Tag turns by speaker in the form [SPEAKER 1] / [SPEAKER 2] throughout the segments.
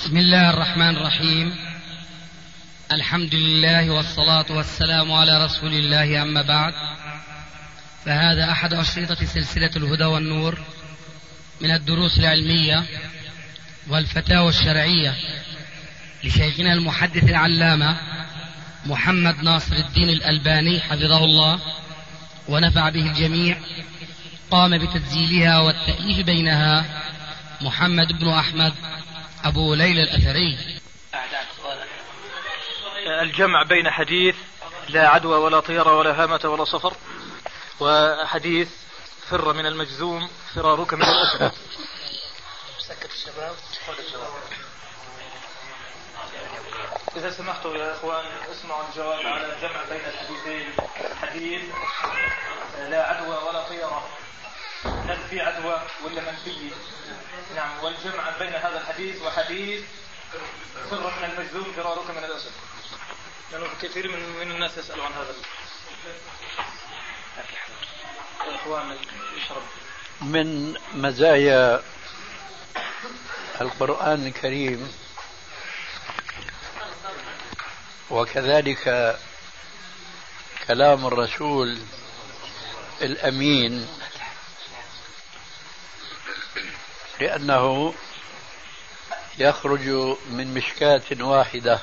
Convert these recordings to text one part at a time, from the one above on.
[SPEAKER 1] بسم الله الرحمن الرحيم. الحمد لله والصلاة والسلام على رسول الله، أما بعد، فهذا أحد أشرطة سلسلة الهدى والنور من الدروس العلمية والفتاوى الشرعية لشيخنا المحدث العلامة محمد ناصر الدين الألباني حفظه الله ونفع به الجميع. قام بتسجيلها والتأليف بينها محمد بن أحمد أبو ليلى الأثري.
[SPEAKER 2] الجمع بين حديث لا عدوى ولا طيرة ولا هامة ولا صفر، وحديث فر من المجذوم فرارك من الأسد. إذا سمحتوا يا إخوان اسمعوا الجواب على الجمع بين الحديثين. حديث لا عدوى ولا طيرة، هل في عدوى ولا منفي؟ نعم. والجمع بين هذا الحديث وحديث فر من المجذوم فرارك من الأسد، لأنه كثير من الناس يسألوا عن هذا. إخوان يشرب.
[SPEAKER 3] من مزايا القرآن الكريم وكذلك كلام الرسول الأمين لأنه يخرج من مشكاة واحدة،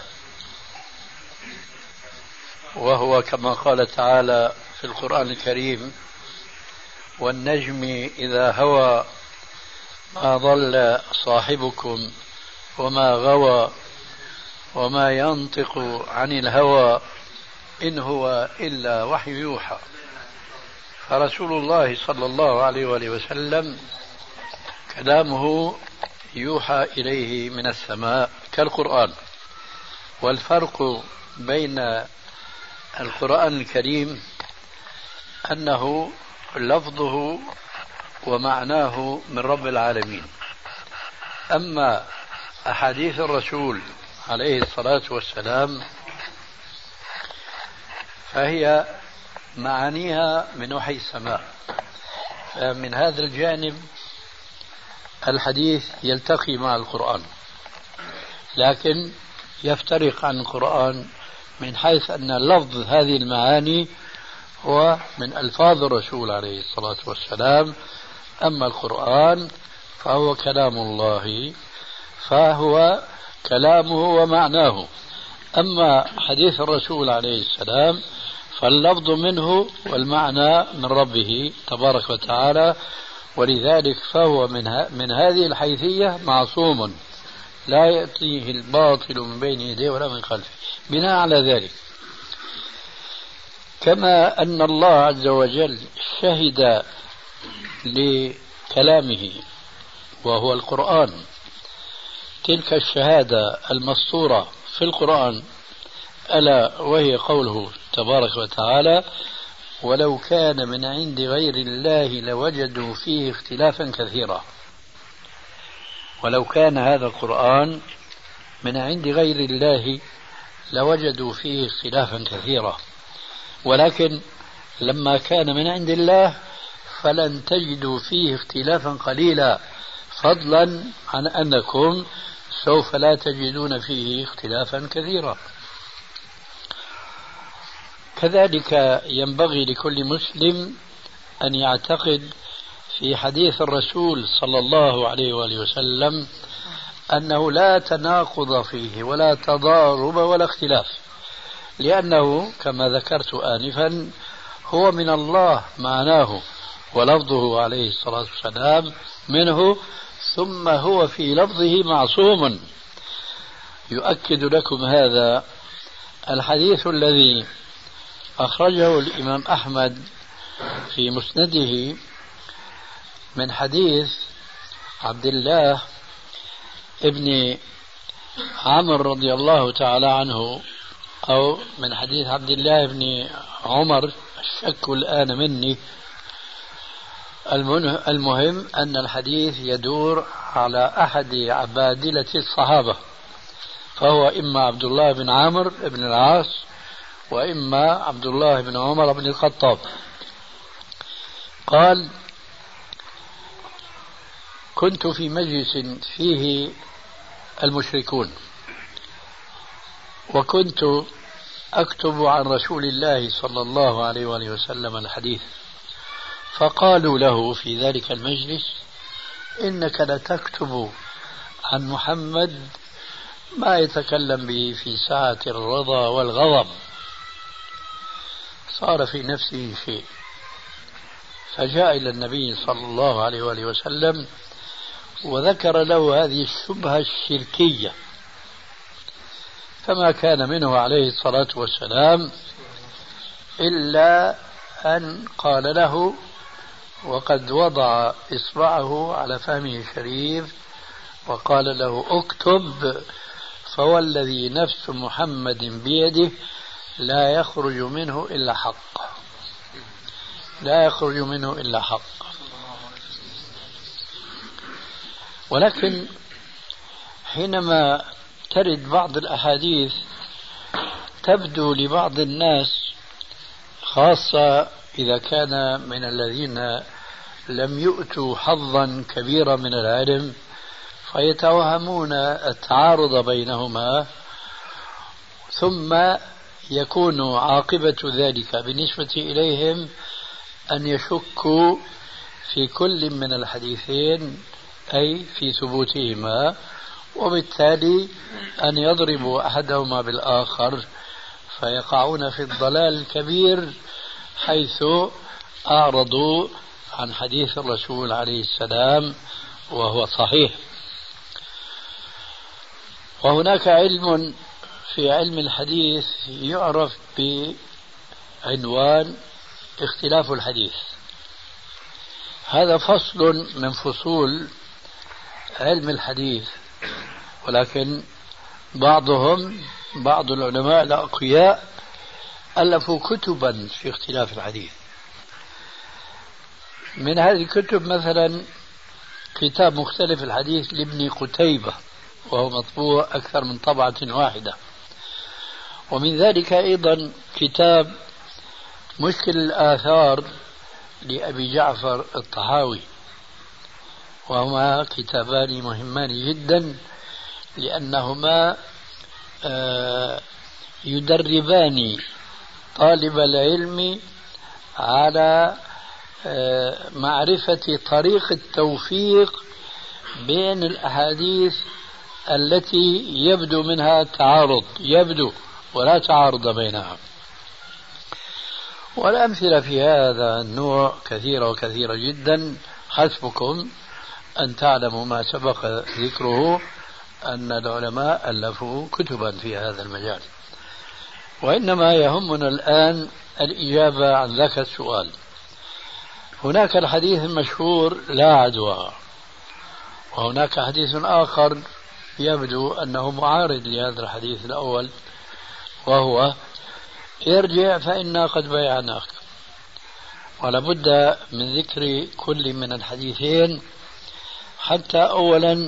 [SPEAKER 3] وهو كما قال تعالى في القرآن الكريم: والنجم إذا هوى ما ضل صاحبكم وما غوى وما ينطق عن الهوى إن هو إلا وحي يوحى. فرسول الله صلى الله عليه وآله وسلم كلامه يوحى إليه من السماء كالقرآن. والفرق بين القرآن الكريم أنه لفظه ومعناه من رب العالمين، أما أحاديث الرسول عليه الصلاة والسلام فهي معانيها من وحي السماء. فمن هذا الجانب الحديث يلتقي مع القرآن، لكن يفترق عن القرآن من حيث أن لفظ هذه المعاني هو من ألفاظ الرسول عليه الصلاة والسلام. أما القرآن فهو كلام الله، فهو كلامه ومعناه. أما حديث الرسول عليه السلام فاللفظ منه والمعنى من ربه تبارك وتعالى، ولذلك فهو من هذه الحيثية معصوم، لا يأتيه الباطل من بين يديه ولا من خلفه. بناء على ذلك، كما أن الله عز وجل شهد لكلامه وهو القرآن تلك الشهادة المسطورة في القرآن، ألا وهي قوله تبارك وتعالى: ولو كان من عند غير الله لوجدوا فيه اختلافا كثيرا. ولو كان هذا القرآن من عند غير الله لوجدوا فيه اختلافا كثيرا، ولكن لما كان من عند الله فلن تجدوا فيه اختلافا قليلا، فضلا عن أنكم سوف لا تجدون فيه اختلافا كثيرا. كذلك ينبغي لكل مسلم أن يعتقد في حديث الرسول صلى الله عليه وآله وسلم أنه لا تناقض فيه ولا تضارب ولا اختلاف، لأنه كما ذكرت آنفا هو من الله معناه ولفظه عليه الصلاة والسلام منه، ثم هو في لفظه معصوم. يؤكد لكم هذا الحديث الذي أخرجه الإمام أحمد في مسنده من حديث عبد الله ابن عمرو رضي الله تعالى عنه، أو من حديث عبد الله بن عمر، الشك الآن مني. المهم أن الحديث يدور على أحد عبادلة الصحابة، فهو إما عبد الله بن عمرو بن العاص وإما عبد الله بن عمر بن الخطاب. قال: كنت في مجلس فيه المشركون، وكنت أكتب عن رسول الله صلى الله عليه وآله وسلم الحديث، فقالوا له في ذلك المجلس: إنك لتكتب عن محمد ما يتكلم به في ساعة الرضا والغضب. صار في نفسه شيء، فجاء إلى النبي صلى الله عليه وآله وسلم وذكر له هذه الشبهة الشركية، فما كان منه عليه الصلاة والسلام إلا أن قال له، وقد وضع إصبعه على فمه الشريف وقال له: اكتب، فوالذي نفس محمد بيده لا يخرج منه إلا حق، لا يخرج منه إلا حق. ولكن حينما ترد بعض الأحاديث تبدو لبعض الناس، خاصة إذا كان من الذين لم يؤتوا حظا كبيرا من العلم، فيتوهمون التعارض بينهما، ثم يكون عاقبة ذلك بالنسبة إليهم أن يشكوا في كل من الحديثين، أي في ثبوتهما، وبالتالي أن يضربوا أحدهما بالآخر، فيقعون في الضلال الكبير حيث أعرضوا عن حديث الرسول عليه السلام وهو صحيح. وهناك علم في علم الحديث يعرف بعنوان اختلاف الحديث. هذا فصل من فصول علم الحديث، ولكن بعض العلماء الأقوياء ألفوا كتبا في اختلاف الحديث. من هذه الكتب مثلا كتاب مختلف الحديث لابن قتيبة، وهو مطبوع أكثر من طبعة واحدة. ومن ذلك أيضا كتاب مشكل الآثار لأبي جعفر الطحاوي، وهما كتابان مهمان جدا، لأنهما يدربان طالب العلم على معرفة طريق التوفيق بين الأحاديث التي يبدو منها تعارض، يبدو ولا تعارض بينها. والأمثلة في هذا النوع كثيرة وكثيرة جدا. حسبكم أن تعلموا ما سبق ذكره أن العلماء ألفوا كتبا في هذا المجال، وإنما يهمنا الآن الإجابة عن ذاك السؤال. هناك الحديث المشهور لا عدوى، وهناك حديث آخر يبدو أنه معارض لهذا الحديث الأول، وهو: ارجع فإنا قد بايعناك. ولا بد من ذكر كل من الحديثين حتى أولا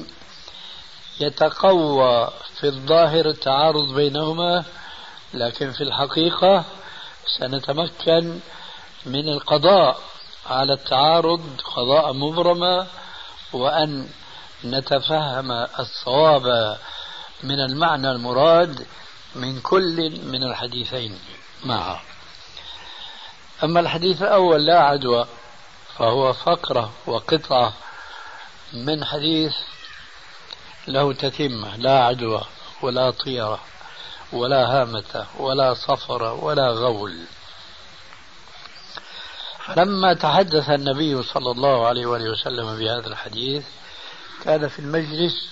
[SPEAKER 3] يتقوى في الظاهر التعارض بينهما، لكن في الحقيقة سنتمكن من القضاء على التعارض قضاء مبرما، وأن نتفهم الصواب من المعنى المراد من كل من الحديثين معا. أما الحديث الأول لا عدوى فهو فقرة وقطعة من حديث له تتمة: لا عدوى ولا طيرة ولا هامة ولا صفر ولا غول. فلما تحدث النبي صلى الله عليه وآله وسلم بهذا الحديث كان في المجلس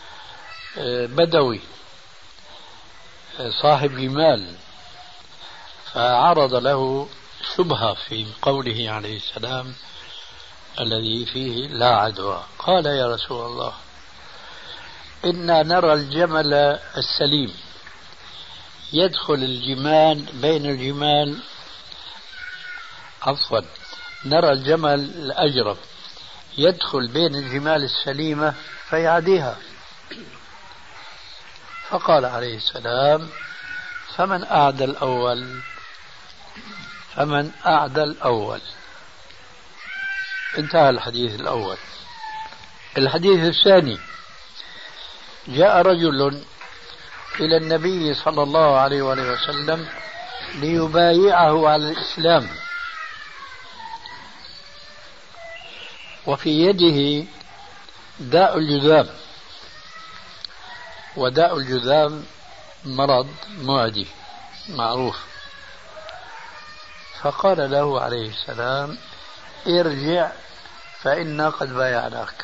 [SPEAKER 3] بدوي صاحب جمال، فعرض له شبهة في قوله عليه السلام الذي فيه لا عدوى. قال: يا رسول الله، إنا نرى الجمل السليم يدخل الجمال بين الجمال، عفوا، نرى الجمل الأجرب يدخل بين الجمال السليمة فيعديها. فقال عليه السلام: فمن أعدى الأول، فمن أعدى الأول. انتهى الحديث الأول. الحديث الثاني: جاء رجل إلى النبي صلى الله عليه وآله وسلم ليبايعه على الإسلام، وفي يده داء الجذام، وداء الجذام مرض معدي معروف. فقال له عليه السلام: ارجع فإنا قد بايعناك.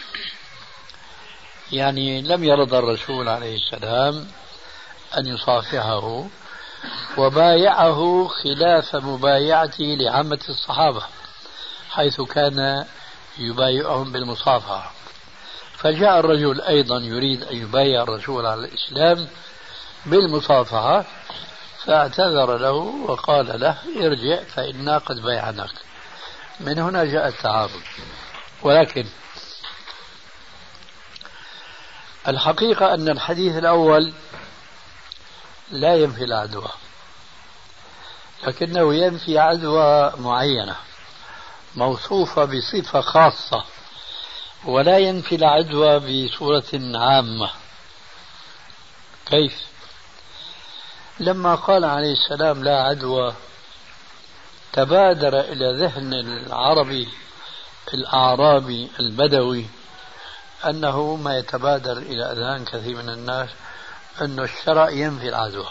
[SPEAKER 3] يعني لم يرضى الرسول عليه السلام أن يصافحه، وبايعه خلاف مبايعته لعامة الصحابة حيث كان يبايعهم بالمصافحة. فجاء الرجل أيضا يريد أن يبايع الرسول على الإسلام بالمصافحة، فاعتذر له وقال له: ارجع فإنا قد بايعناك. من هنا جاء التعارض. ولكن الحقيقة أن الحديث الأول لا ينفي العدوى، لكنه ينفي عدوى معينة موصوفة بصفة خاصة، ولا ينفي العدوى بصورة عامة. كيف؟ لما قال عليه السلام لا عدوى، تبادر إلى ذهن العربي الأعرابي البدوي أنه ما يتبادر إلى أذهان كثير من الناس أن الشرع ينفي العدوى،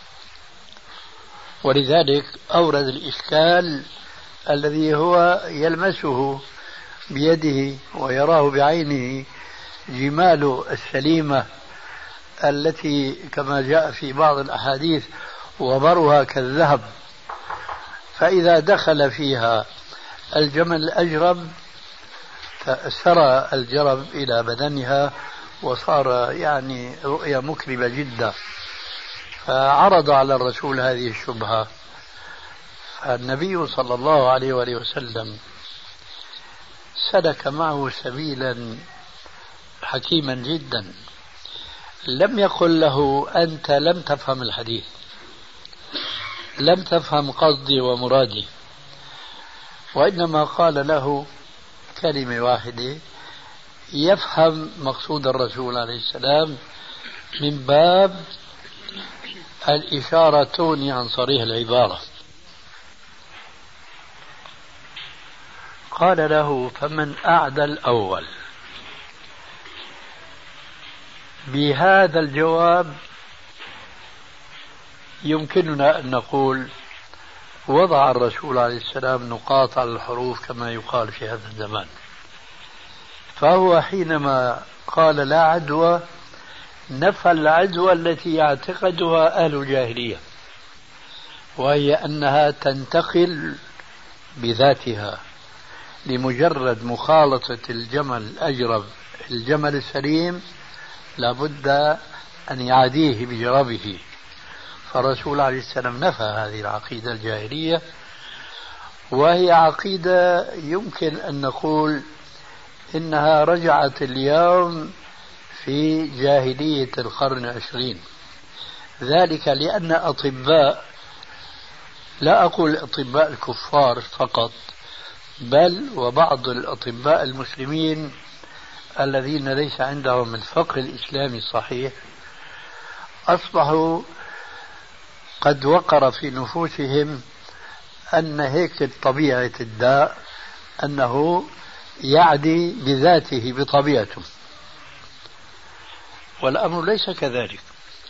[SPEAKER 3] ولذلك أورد الإشكال الذي هو يلمسه بيده ويراه بعينه، جمال السليمة التي كما جاء في بعض الأحاديث وبرها كالذهب، فإذا دخل فيها الجمل الأجرب سرى الجرب إلى بدنها وصار يعني رؤية مكرمة جدا. فعرض على الرسول هذه الشبهة، فالنبي صلى الله عليه وآله وسلم سلك معه سبيلا حكيما جدا. لم يقل له: أنت لم تفهم الحديث، لم تفهم قصدي ومرادي، وإنما قال له كلمة واحدة يفهم مقصود الرسول عليه السلام من باب الإشارة تغني عن صريح العبارة. قال له: فمن أعدى الأول. بهذا الجواب يمكننا أن نقول وضع الرسول عليه السلام نقاط على الحروف كما يقال في هذا الزمان. فهو حينما قال لا عدوى نفى العدوى التي يعتقدها أهل الجاهلية، وهي أنها تنتقل بذاتها لمجرد مخالطة الجمل الأجرب الجمل السليم، لابد أن يعاديه بجربه. فالرسول عليه السلام نفى هذه العقيدة الجاهلية، وهي عقيدة يمكن أن نقول إنها رجعت اليوم في جاهلية القرن العشرين. ذلك لأن أطباء، لا أقول أطباء الكفار فقط، بل وبعض الأطباء المسلمين الذين ليس عندهم الفقه الإسلامي الصحيح، أصبحوا قد وقر في نفوسهم أن هيك طبيعة الداء أنه يعدي بذاته بطبيعته، والأمر ليس كذلك.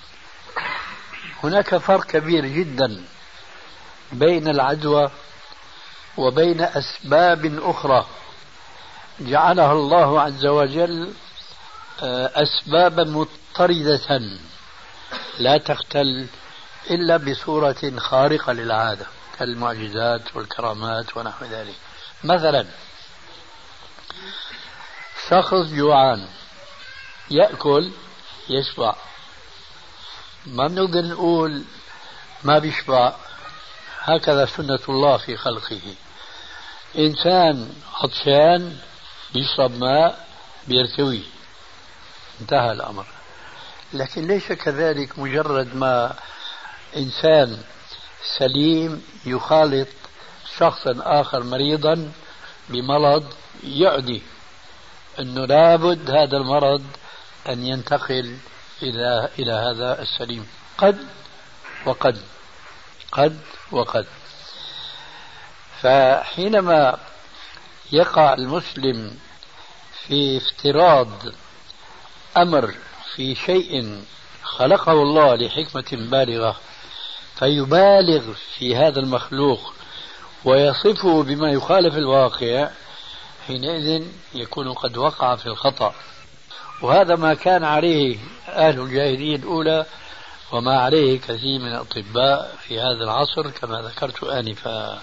[SPEAKER 3] هناك فرق كبير جدا بين العدوى وبين أسباب أخرى جعلها الله عز وجل أسبابا مضطردة لا تختل إلا بصورة خارقة للعادة كالمعجزات والكرامات ونحو ذلك. مثلا شخص جوعان يأكل يشبع، ما بنقدر نقول ما بيشبع، هكذا سنة الله في خلقه. إنسان عطشان بيشرب ماء بيرتوي، انتهى الأمر. لكن ليس كذلك مجرد ما إنسان سليم يخالط شخصا آخر مريضا بمرض يعدي، أنه لابد هذا المرض أن ينتقل إلى هذا السليم. قد وقد، قد وقد. فحينما يقع المسلم في افتراض أمر في شيء خلقه الله لحكمة بالغة فيبالغ في هذا المخلوق ويصفه بما يخالف الواقع، حينئذ يكون قد وقع في الخطأ. وهذا ما كان عليه أهل الجاهلية الأولى وما عليه كثير من الأطباء في هذا العصر كما ذكرت آنفا.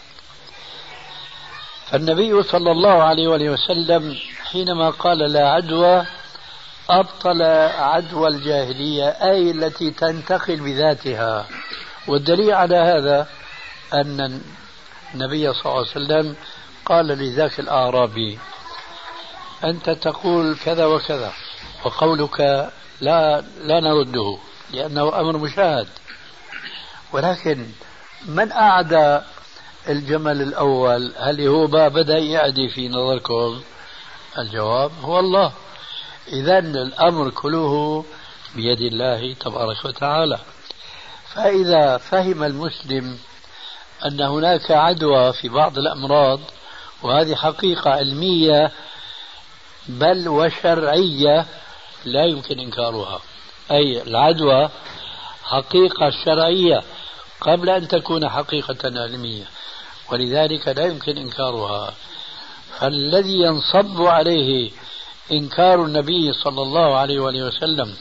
[SPEAKER 3] فالنبي صلى الله عليه وسلم حينما قال لا عدوى أبطل عدوى الجاهلية، أي التي تنتقل بذاتها. والدليل على هذا أن النبي صلى الله عليه وسلم قال لذاك الأعرابي أنت تقول كذا وكذا وقولك لا نرده لأنه أمر مشاهد، ولكن من أعدى الجمل الأول؟ هل هو بدأ يعدي في نظركم؟ الجواب هو الله. إذن الأمر كله بيد الله تبارك وتعالى. فإذا فهم المسلم أن هناك عدوى في بعض الأمراض، وهذه حقيقة علمية بل وشرعية لا يمكن إنكارها، أي العدوى حقيقة شرعية قبل أن تكون حقيقة علمية، ولذلك لا يمكن إنكارها. فالذي ينصب عليه إنكار النبي صلى الله عليه وسلم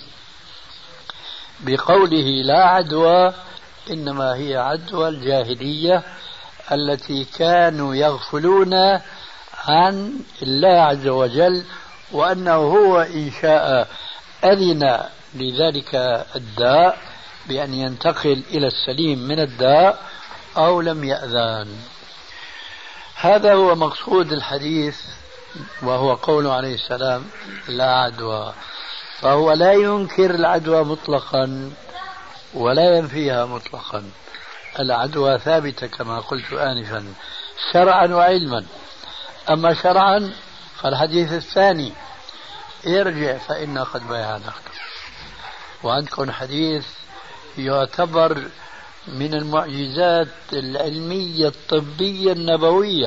[SPEAKER 3] بقوله لا عدوى إنما هي عدوى الجاهلية التي كانوا يغفلون عن الله عز وجل، وأنه هو إن شاء أذن لذلك الداء بأن ينتقل إلى السليم من الداء أو لم يأذن. هذا هو مقصود الحديث، وهو قوله عليه السلام لا عدوى. فهو لا ينكر العدوى مطلقا ولا ينفيها مطلقا. العدوى ثابتة كما قلت آنفا شرعا وعلما. أما شرعا فالحديث الثاني ارجع فإنا قد بايعناك. وعندكم حديث يعتبر من المعجزات العلمية الطبية النبوية،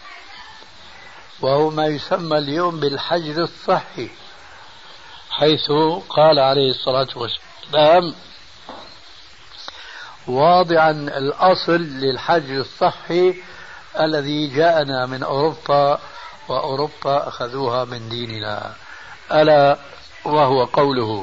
[SPEAKER 3] وهو ما يسمى اليوم بالحجر الصحي، حيث قال عليه الصلاة والسلام واضعا الأصل للحجر الصحي الذي جاءنا من أوروبا، وأوروبا أخذوها من ديننا، ألا وهو قوله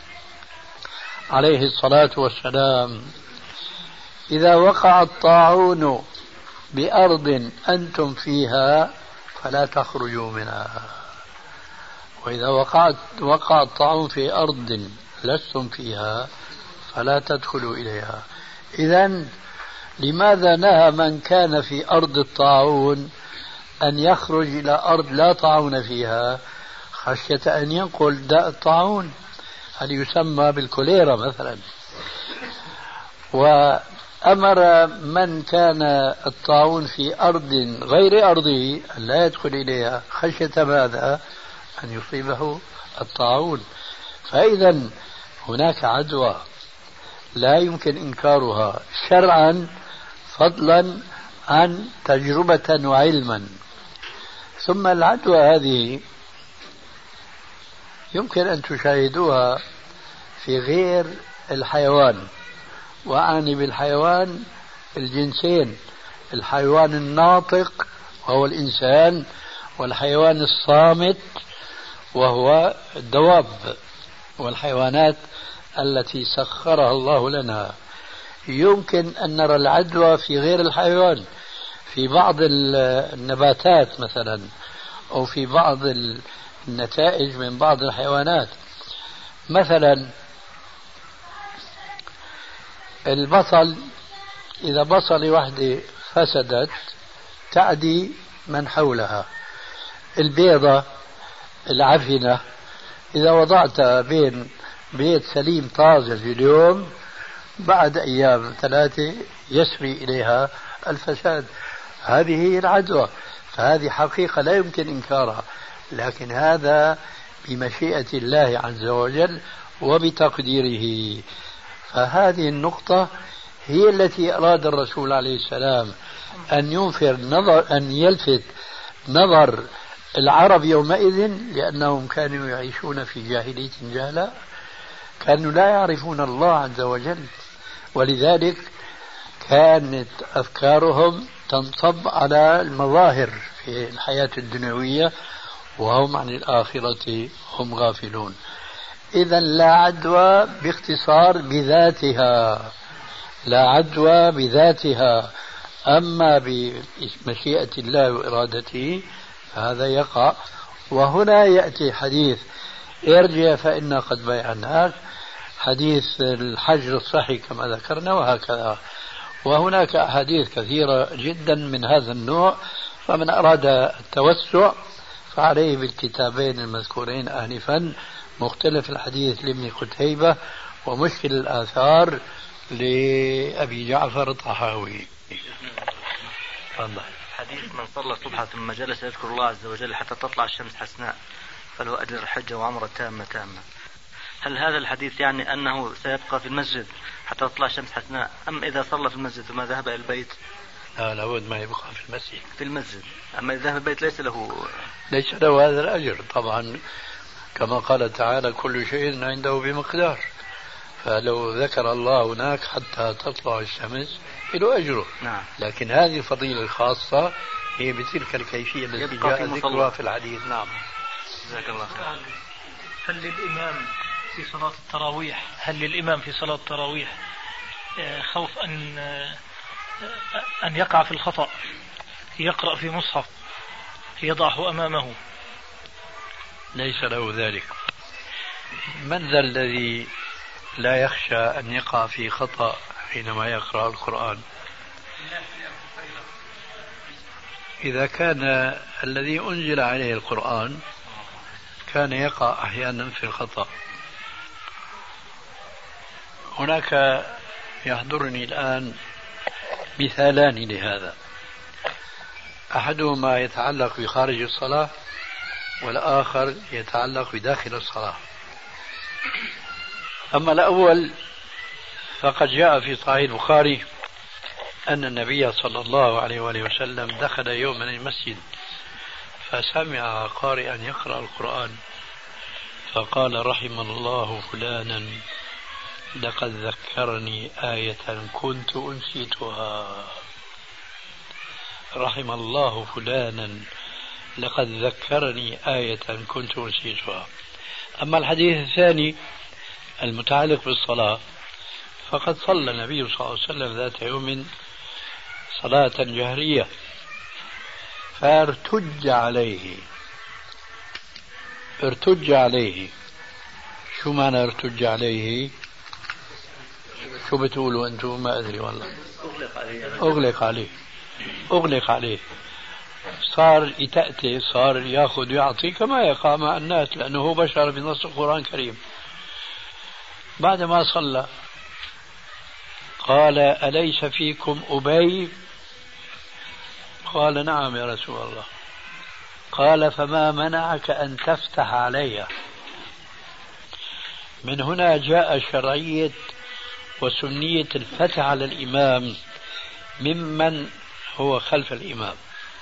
[SPEAKER 3] عليه الصلاة والسلام إذا وقع الطاعون بأرض أنتم فيها فلا تخرجوا منها، وإذا وقع الطاعون في أرض لستم فيها فلا تدخلوا إليها. إذن لماذا نهى من كان في أرض الطاعون أن يخرج إلى أرض لا طاعون فيها خشية أن ينقل داء الطاعون، هل يسمى بالكوليرا مثلا؟ وأمر من كان الطاعون في أرض غير أرضه أن لا يدخل إليها خشية ماذا؟ أن يصيبه الطاعون. فإذا هناك عدوى لا يمكن إنكارها شرعا فضلا عن تجربة وعلما. ثم العدوى هذه يمكن أن تشاهدوها في غير الحيوان، وأعني بالحيوان الجنسين، الحيوان الناطق وهو الإنسان، والحيوان الصامت وهو الدواب والحيوانات التي سخرها الله لنا. يمكن أن نرى العدوى في غير الحيوان، في بعض النباتات مثلا، أو في بعض النتائج من بعض الحيوانات. مثلا البصل، إذا بصلة واحدة فسدت تعدي من حولها. البيضة العفنة إذا وضعتها بين بيت سليم طازج اليوم بعد أيام 3 يسري إليها الفساد. هذه هي العدوى. فهذه حقيقة لا يمكن إنكارها، لكن هذا بمشيئة الله عز وجل وبتقديره. فهذه النقطة هي التي أراد الرسول عليه السلام أن يلفت نظر العرب يومئذ، لأنهم كانوا يعيشون في جاهلية جهلاء، كانوا لا يعرفون الله عز وجل، ولذلك كانت أفكارهم تنصب على المظاهر في الحياة الدنيوية، وهم عن الآخرة هم غافلون. إذا لا عدوى باختصار بذاتها، لا عدوى بذاتها، أما بمشيئة الله وإرادته فهذا يقع. وهنا يأتي حديث ارجع فإنا قد بايعناك، حديث الحجر الصحي كما ذكرنا، وهكذا. وهناك أحاديث كثيرة جدا من هذا النوع، فمن أراد التوسع فعليه بالكتابين المذكورين آنفا، مختلف الحديث لابن قتيبة ومشكل الآثار لأبي جعفر الطحاوي.
[SPEAKER 4] حديث من صلى الصبح ثم جلس يذكر الله عز وجل حتى تطلع الشمس حسناء فله أجر حجة وعمرة تامة. هل هذا الحديث يعني أنه سيبقى في المسجد حتى تطلع الشمس حسناء، أم إذا صلى في المسجد ثم ذهب إلى البيت؟
[SPEAKER 3] لا، لابد ما يبقى في المسجد.
[SPEAKER 4] أما إذا ذهب البيت ليس
[SPEAKER 3] له هذا الأجر طبعا، كما قال تعالى كل شيء عنده بمقدار، فلو ذكر الله هناك حتى تطلع الشمس له أجره.
[SPEAKER 4] نعم.
[SPEAKER 3] لكن هذه الفضيلة الخاصة هي بتلك الكيفية التي جاء ذكرها في الحديث. نعم.
[SPEAKER 4] جزاك الله خير.
[SPEAKER 2] هل للإمام في صلاة التراويح خوف أن يقع في الخطأ، يقرأ في مصحف يضعه أمامه؟
[SPEAKER 3] ليس له ذلك. من ذا الذي لا يخشى أن يقع في خطأ حينما يقرأ القرآن؟ إذا كان الذي أنزل عليه القرآن كان يقع أحيانا في الخطأ. هناك يحضرني الآن مثالان لهذا، أحدهما يتعلق بخارج الصلاة والآخر يتعلق بداخل الصلاة. أما الأول فقد جاء في صحيح البخاري أن النبي صلى الله عليه وآله وسلم دخل يوما المسجد فسمع قارئا يقرأ القرآن فقال رحم الله فلانا لقد ذكرني آية كنت أنسيتها. رحم الله فلانا لقد ذكرني آية كنت أنسيتها. أما الحديث الثاني المتعلق بالصلاة فقد صلى النبي صلى الله عليه وسلم ذات يوم صلاة جهرية فارتج عليه. شو معنى ارتج عليه؟ شو بتقولوا أنتم؟ ما أدري والله. أغلق عليه. صار يتأتي، صار يأخذ يعطي كما يقع مع الناس، لأنه هو بشر بنص القرآن الكريم. بعدما صلى قال أليس فيكم أبي؟ قال نعم يا رسول الله. قال فما منعك أن تفتح علي؟ من هنا جاء شرعية وسنية الفتح على الإمام ممن هو خلف الإمام.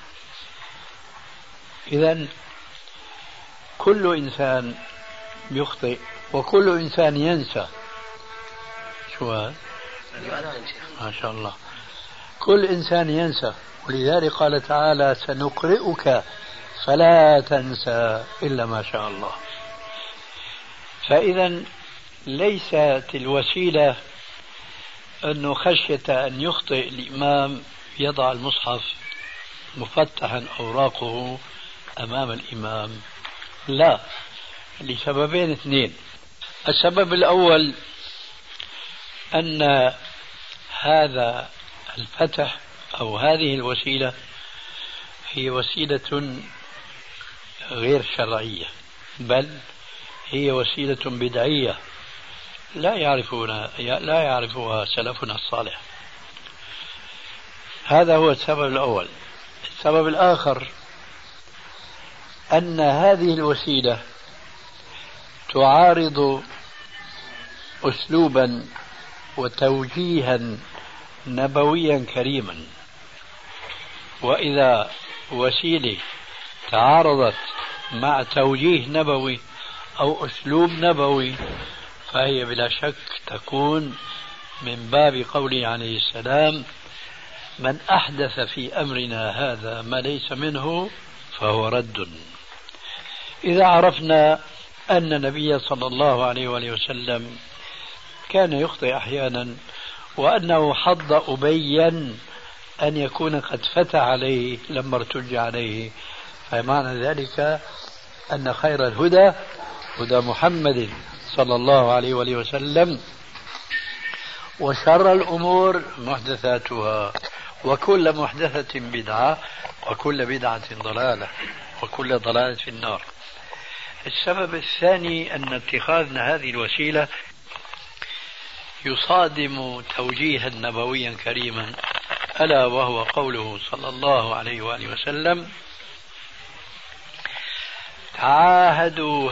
[SPEAKER 3] إذن كل إنسان يخطئ وكل إنسان ينسى. شو هذا؟ ما شاء الله. كل إنسان ينسى، ولذلك قال تعالى سنقرئك فلا تنسى إلا ما شاء الله. فإذا ليست الوسيلة أنه خشية أن يخطئ الإمام يضع المصحف مفتحا أوراقه أمام الإمام، لا، لسببين اثنين. السبب الأول أن هذا الفتح أو هذه الوسيلة هي وسيلة غير شرعية، بل هي وسيلة بدعية لا يعرفها سلفنا الصالح. هذا هو السبب الأول. السبب الآخر أن هذه الوسيلة تعارض أسلوبا وتوجيها نبويا كريما، وإذا وسيلة تعارضت مع توجيه نبوي أو أسلوب نبوي فهي بلا شك تكون من باب قوله عليه السلام: من أحدث في أمرنا هذا ما ليس منه فهو رد. إذا عرفنا أن النبي صلى الله عليه وآله وسلم كان يخطئ أحيانا وأنه حض أبيا أن يكون قد فتى عليه لما ارتج عليه، فمعنى ذلك أن خير الهدى هدى محمد صلى الله عليه وآله وسلم، وشر الأمور محدثاتها، وكل محدثة بدعة، وكل بدعة ضلالة، وكل ضلالة في النار. السبب الثاني أن اتخاذنا هذه الوسيلة يصادم توجيها نبويا كريما، ألا وهو قوله صلى الله عليه وآله وسلم: تعاهدوا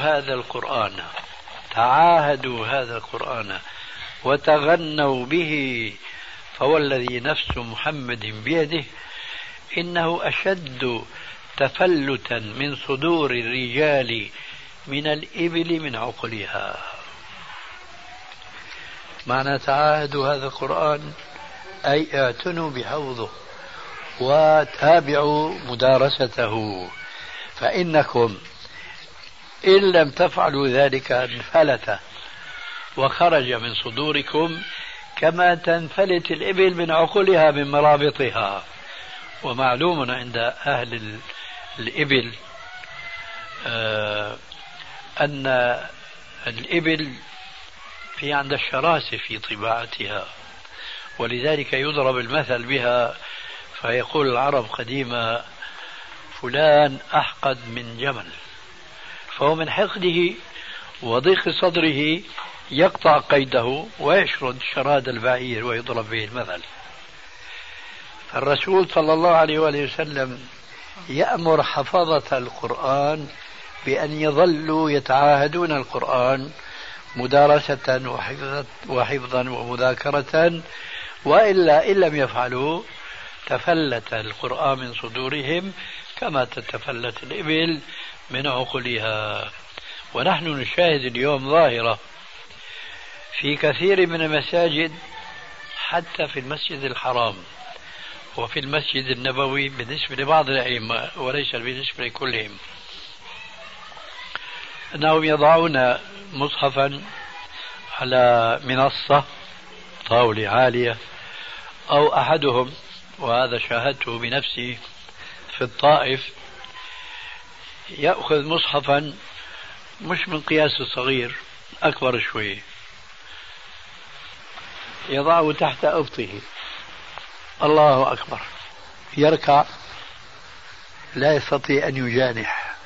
[SPEAKER 3] هذا القرآن وتغنوا به، فوالذي نفس محمد بيده إنه أشد تفلتا من صدور الرجال من الإبل من عقلها. معنى تعاهدوا هذا القرآن أي اعتنوا بحوضه وتابعوا مدارسته، فإنكم إن لم تفعلوا ذلك انفلت وخرج من صدوركم كما تنفلت الإبل من عقلها من مرابطها. ومعلوم عند أهل الإبل أن الإبل في عند الشراسة في طباعتها، ولذلك يضرب المثل بها، فيقول العرب قديما: فلان أحقد من جمل، فهو من حقده وضيق صدره يقطع قيده ويشرد شراد البعير ويضرب به المثل. الرسول صلى الله عليه وآله وسلم يأمر حفظة القرآن بأن يظلوا يتعاهدون القرآن مدارسة وحفظا ومذاكرة، وإلا إن لم يفعلوا تفلت القرآن من صدورهم كما تتفلت الإبل من عقلها. ونحن نشاهد اليوم ظاهرة في كثير من المساجد، حتى في المسجد الحرام وفي المسجد النبوي بالنسبة لبعض الأئمة وليس بالنسبة لكلهم، أنهم يضعون مصحفا على منصة طاولة عالية، أو أحدهم، وهذا شاهدته بنفسي في الطائف، يأخذ مصحفا مش من قياس الصغير، أكبر شوي، يضعه تحت أبطه، الله أكبر، يركع لا يستطيع أن يجانح،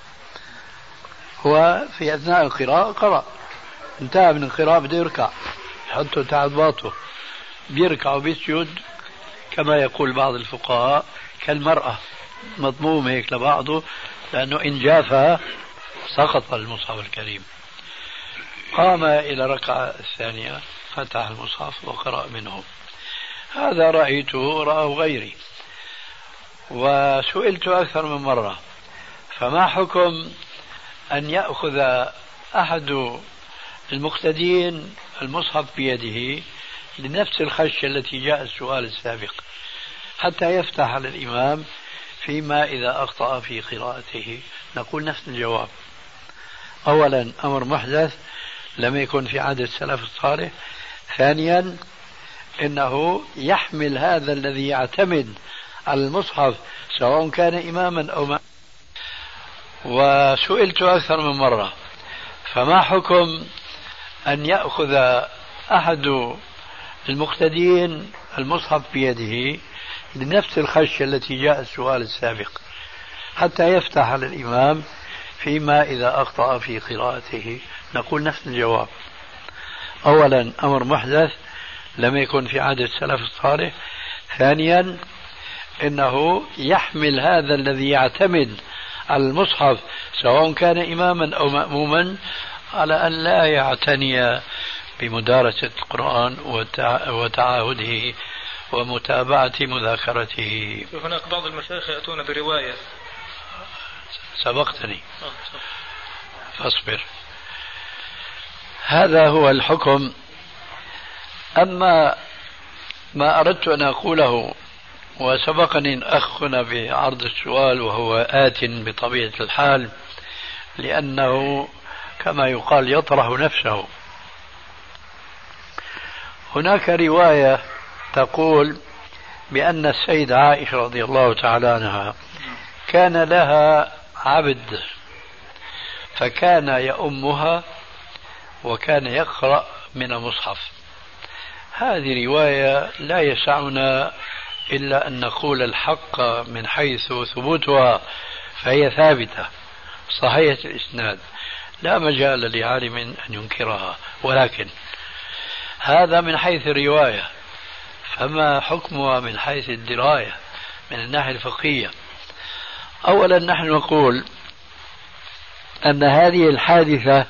[SPEAKER 3] هو في أثناء القراءة قرأ، انتهى من القراءة بده يركع، يحطه تحت باطه، بيركع وبيسجد كما يقول بعض الفقهاء كالمرأة، مضموم هيك لبعضه، لأنه إن جافها سقط المصحف الكريم. قام إلى الركعة الثانية، فتح المصحف وقرأ منه. هذا رأيته رآه غيري، وسئلت أكثر من مرة: فما حكم أن يأخذ أحد المقتدين المصحف بيده لنفس الخشية التي جاء السؤال السابق، حتى يفتح على الإمام فيما إذا أخطأ في قراءته؟ نقول نفس الجواب: أولا أمر محدث لم يكن في عادة السلف الصالح، ثانيا إنه يحمل هذا الذي يعتمد على المصحف سواء كان إماما أو ما. وسئلت أكثر من مرة: فما حكم أن يأخذ أحد المقتدين المصحف بيده لنفس الخشية التي جاء السؤال السابق، حتى يفتح على الإمام فيما إذا أخطأ في قراءته؟ نقول نفس الجواب: أولا أمر محدث لم يكن في عادة السلف الصالح، ثانيا إنه يحمل هذا الذي يعتمد على المصحف سواء كان إماما أو مأموما على أن لا يعتني بمدارسة القرآن وتعاهده ومتابعة مذاكرته.
[SPEAKER 2] هناك بعض المشايخ يأتون برواية.
[SPEAKER 3] سبقتني فاصبر. هذا هو الحكم. أما ما أردت أن أقوله، وسبقني أخنا بعرض السؤال وهو آت بطبيعة الحال، لأنه كما يقال يطرح نفسه. هناك رواية تقول بأن السيدة عائشة رضي الله تعالى عنها كان لها عبد فكان يؤمها وكان يقرأ من المصحف. هذه رواية لا يسعنا إلا أن نقول الحق من حيث ثبوتها، فهي ثابتة صحيحة الإسناد، لا مجال لعالم أن ينكرها، ولكن هذا من حيث الرواية، فما حكمها من حيث الدراية من الناحية الفقهية؟ أولا نحن نقول أن هذه الحادثة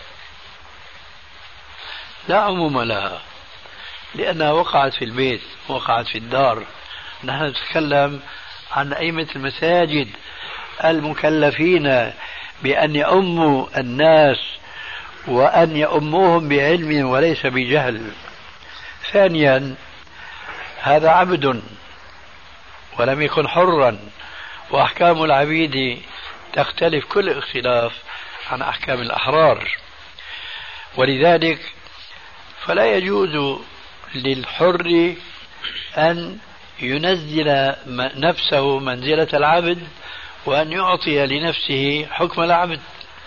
[SPEAKER 3] لا عموم لها، لأنها وقعت في البيت، وقعت في الدار. نحن نتكلم عن أئمة المساجد المكلفين بأن يؤموا الناس وأن يؤموهم بعلم وليس بجهل. ثانيا هذا عبد ولم يكن حرا، وأحكام العبيد تختلف كل اختلاف عن أحكام الأحرار، ولذلك فلا يجوز للحر أن ينزل نفسه منزلة العبد وأن يعطي لنفسه حكم العبد.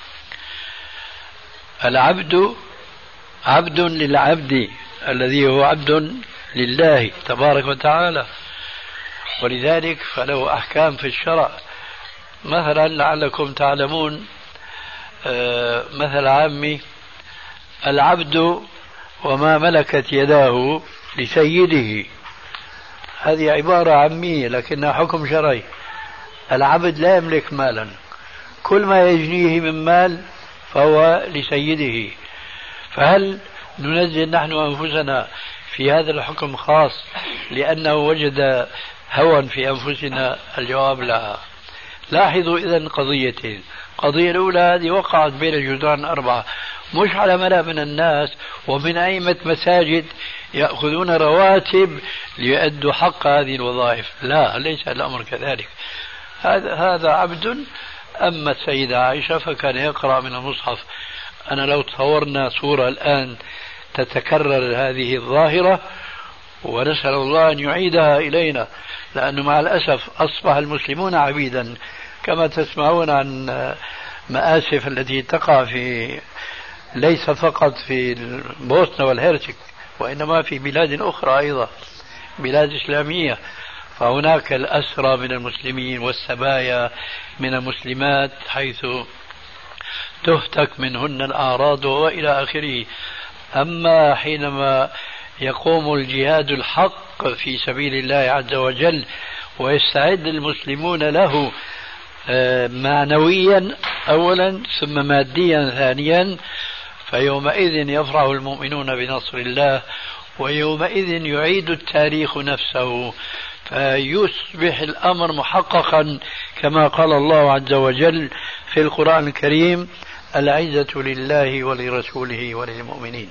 [SPEAKER 3] العبد عبد للعبد الذي هو عبد لله تبارك وتعالى، ولذلك فله أحكام في الشرع. مثلا لعلكم تعلمون مثل عامي: العبد وما ملكت يداه لسيده. هذه عبارة عامية لكنها حكم شرعي. العبد لا يملك مالا، كل ما يجنيه من مال فهو لسيده. فهل ننزل نحن أنفسنا في هذا الحكم خاص لأنه وجد هوى في أنفسنا؟ الجواب لا. لاحظوا إذن قضيتين: القضية الأولى هذه وقعت بين الجدران 4، مش على ملأ من الناس ومن أئمة مساجد يأخذون رواتب ليؤدوا حق هذه الوظائف، لا، ليس الأمر كذلك. هذا عبد. أما السيدة عائشة فكان يقرأ من المصحف. أنا لو تصورنا صورة الآن تتكرر هذه الظاهرة، ونسأل الله أن يعيدها إلينا، لأنه مع الأسف أصبح المسلمون عبيدا، كما تسمعون عن مآسف التي تقع في ليس فقط في البوسنة والهرسك، وإنما في بلاد أخرى أيضا، بلاد إسلامية. فهناك الأسرى من المسلمين والسبايا من المسلمات حيث تهتك منهن الأعراض وإلى آخره. أما حينما يقوم الجهاد الحق في سبيل الله عز وجل ويستعد المسلمون له معنويا أولا ثم ماديا ثانيا، فيومئذ يفرح المؤمنون بنصر الله، ويومئذ يعيد التاريخ نفسه، فيصبح الأمر محققا كما قال الله عز وجل في القرآن الكريم: العزة لله ولرسوله وللمؤمنين.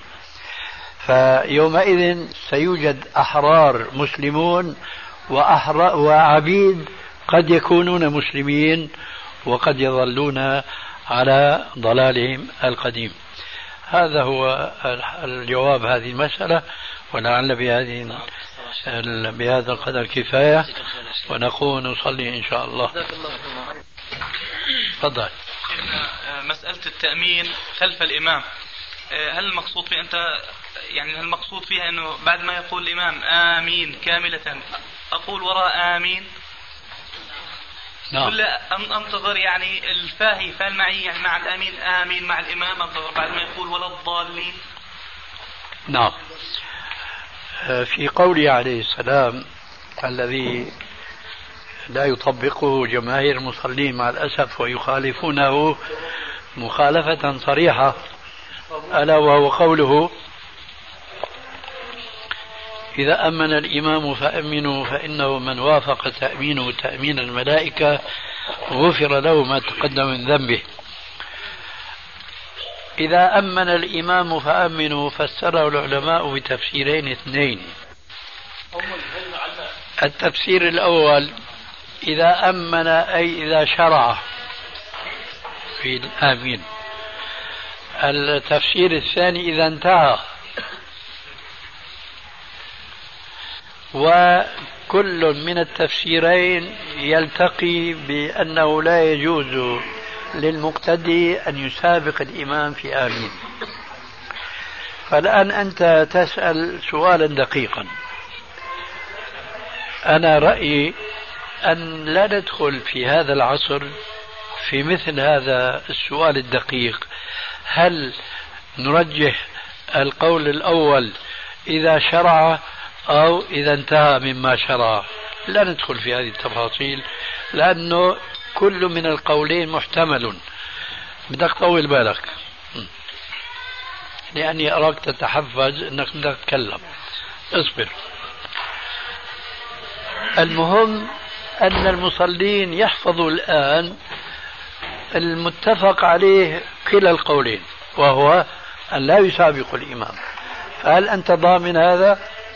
[SPEAKER 3] فيومئذ سيوجد أحرار مسلمون وعبيد قد يكونون مسلمين وقد يظلون على ضلالهم القديم. هذا هو الجواب هذه المسألة، ولعل بهذا القدر كفاية، ونقوم نصلي إن شاء الله. تفضل.
[SPEAKER 2] مسألة التأمين خلف الإمام، هل المقصود فيها هل المقصود فيها أنه بعد ما يقول الإمام آمين كاملة أقول وراء آمين؟
[SPEAKER 3] نعم.
[SPEAKER 2] ولا أنتظر الفاهي فال معي مع الآمين آمين مع الإمام، أنتظر بعد ما يقول ولا الضالين؟
[SPEAKER 3] نعم. في قوله عليه السلام الذي لا يطبقه جماهير المصلين مع الأسف ويخالفونه مخالفة صريحة، ألا وهو قوله إذا أمن الإمام فأمنوا فإنه من وافق تأمينه تأمين الملائكة غفر له ما تقدم من ذنبه. إذا أمن الإمام فأمنوا فسره العلماء بتفسيرين اثنين. التفسير الأول إذا أمن أي إذا شرع في الآمين. التفسير الثاني إذا انتهى. وكل من التفسيرين يلتقي بأنه لا يجوز للمقتدي أن يسابق الإمام في آمين. فالآن أنت تسأل سؤالا دقيقا. أنا رأيي أن لا ندخل في هذا العصر في مثل هذا السؤال الدقيق. هل نرجح القول الأول إذا شرع أو إذا انتهى مما شرع؟ لا ندخل في هذه التفاصيل لأنه كل من القولين محتمل. بدك طول بالك لأني أراك تتحفز أنك بدك تتكلم. اصبر. المهم أن المصلين يحفظوا الآن المتفق عليه كلا القولين، وهو أن لا يسابق الإمام. فهل أنت ضامن هذا؟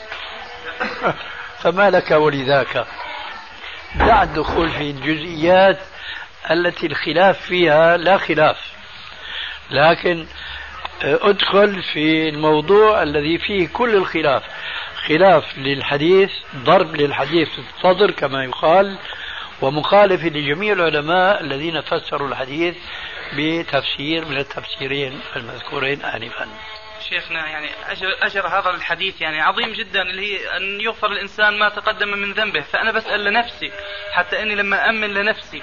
[SPEAKER 3] فما لك ولذاك. دع الدخول في الجزئيات التي الخلاف فيها لا خلاف، لكن ادخل في الموضوع الذي فيه كل الخلاف. خلاف للحديث، ضرب للحديث في الصدر كما يقال، ومخالف لجميع العلماء الذين فسروا الحديث بتفسير من التفسيرين المذكورين آنفا.
[SPEAKER 2] شيخنا يعني أجر هذا الحديث يعني عظيم جدا، اللي هي أن يغفر الإنسان ما تقدم من ذنبه. فأنا بسأل لنفسي، حتى أني لما أمن لنفسي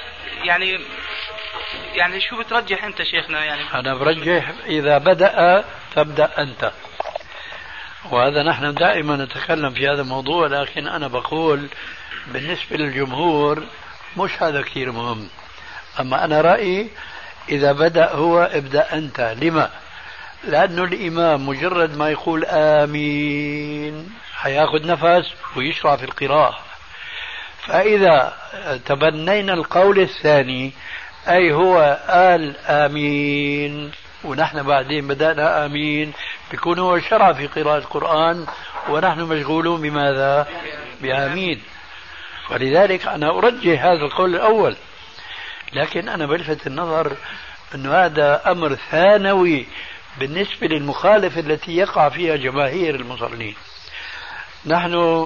[SPEAKER 2] يعني شو بترجح أنت شيخنا؟ يعني
[SPEAKER 3] أنا برجح إذا بدأ تبدأ أنت، وهذا نحن دائما نتكلم في هذا الموضوع، لكن أنا بقول بالنسبة للجمهور مش هذا كثير مهم. أما أنا رأيي إذا بدأ هو ابدأ أنت. لما؟ لأنه الإمام مجرد ما يقول آمين حياخذ نفس ويشرع في القراءة. فإذا تبنينا القول الثاني أي هو قال آمين ونحن بعدين بدأنا آمين، بيكون هو شرع في قراءة القرآن ونحن مشغولون بماذا؟ بآمين. ولذلك أنا أرجح هذا القول الأول، لكن أنا بلفت النظر أن هذا أمر ثانوي بالنسبة للمخالفة التي يقع فيها جماهير المصلين. نحن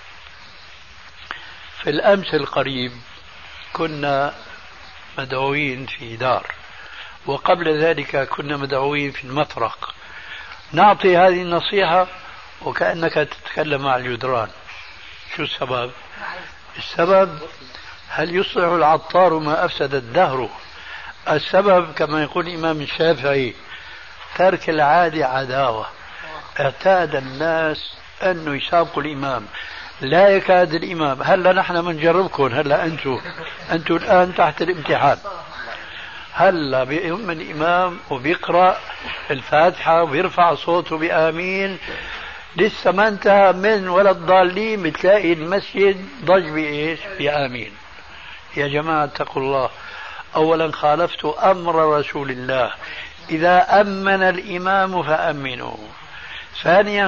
[SPEAKER 3] في الأمس القريب كنا مدعوين في دار، وقبل ذلك كنا مدعوين في المفرق. نعطي هذه النصيحة وكأنك تتكلم مع الجدران. شو السبب؟ السبب هل يصلح العطار ما أفسد الدهر؟ السبب كما يقول الإمام الشافعي ترك العادة عداوة. اعتاد الناس أنه يسابقوا الإمام، لا يكاد الإمام. هلا نحن بنجربكم، هلا أنتم الآن تحت الامتحان. هلا بيؤم الإمام وبيقرأ الفاتحة وبيرفع صوته بآمين، لسه ما انتهى من ولا الضالين بتلاقي المسجد ضج بإيش؟ بآمين. يا جماعة اتقوا الله. أولا خالفت أمر رسول الله، إذا أمن الإمام فأمنوا. ثانيا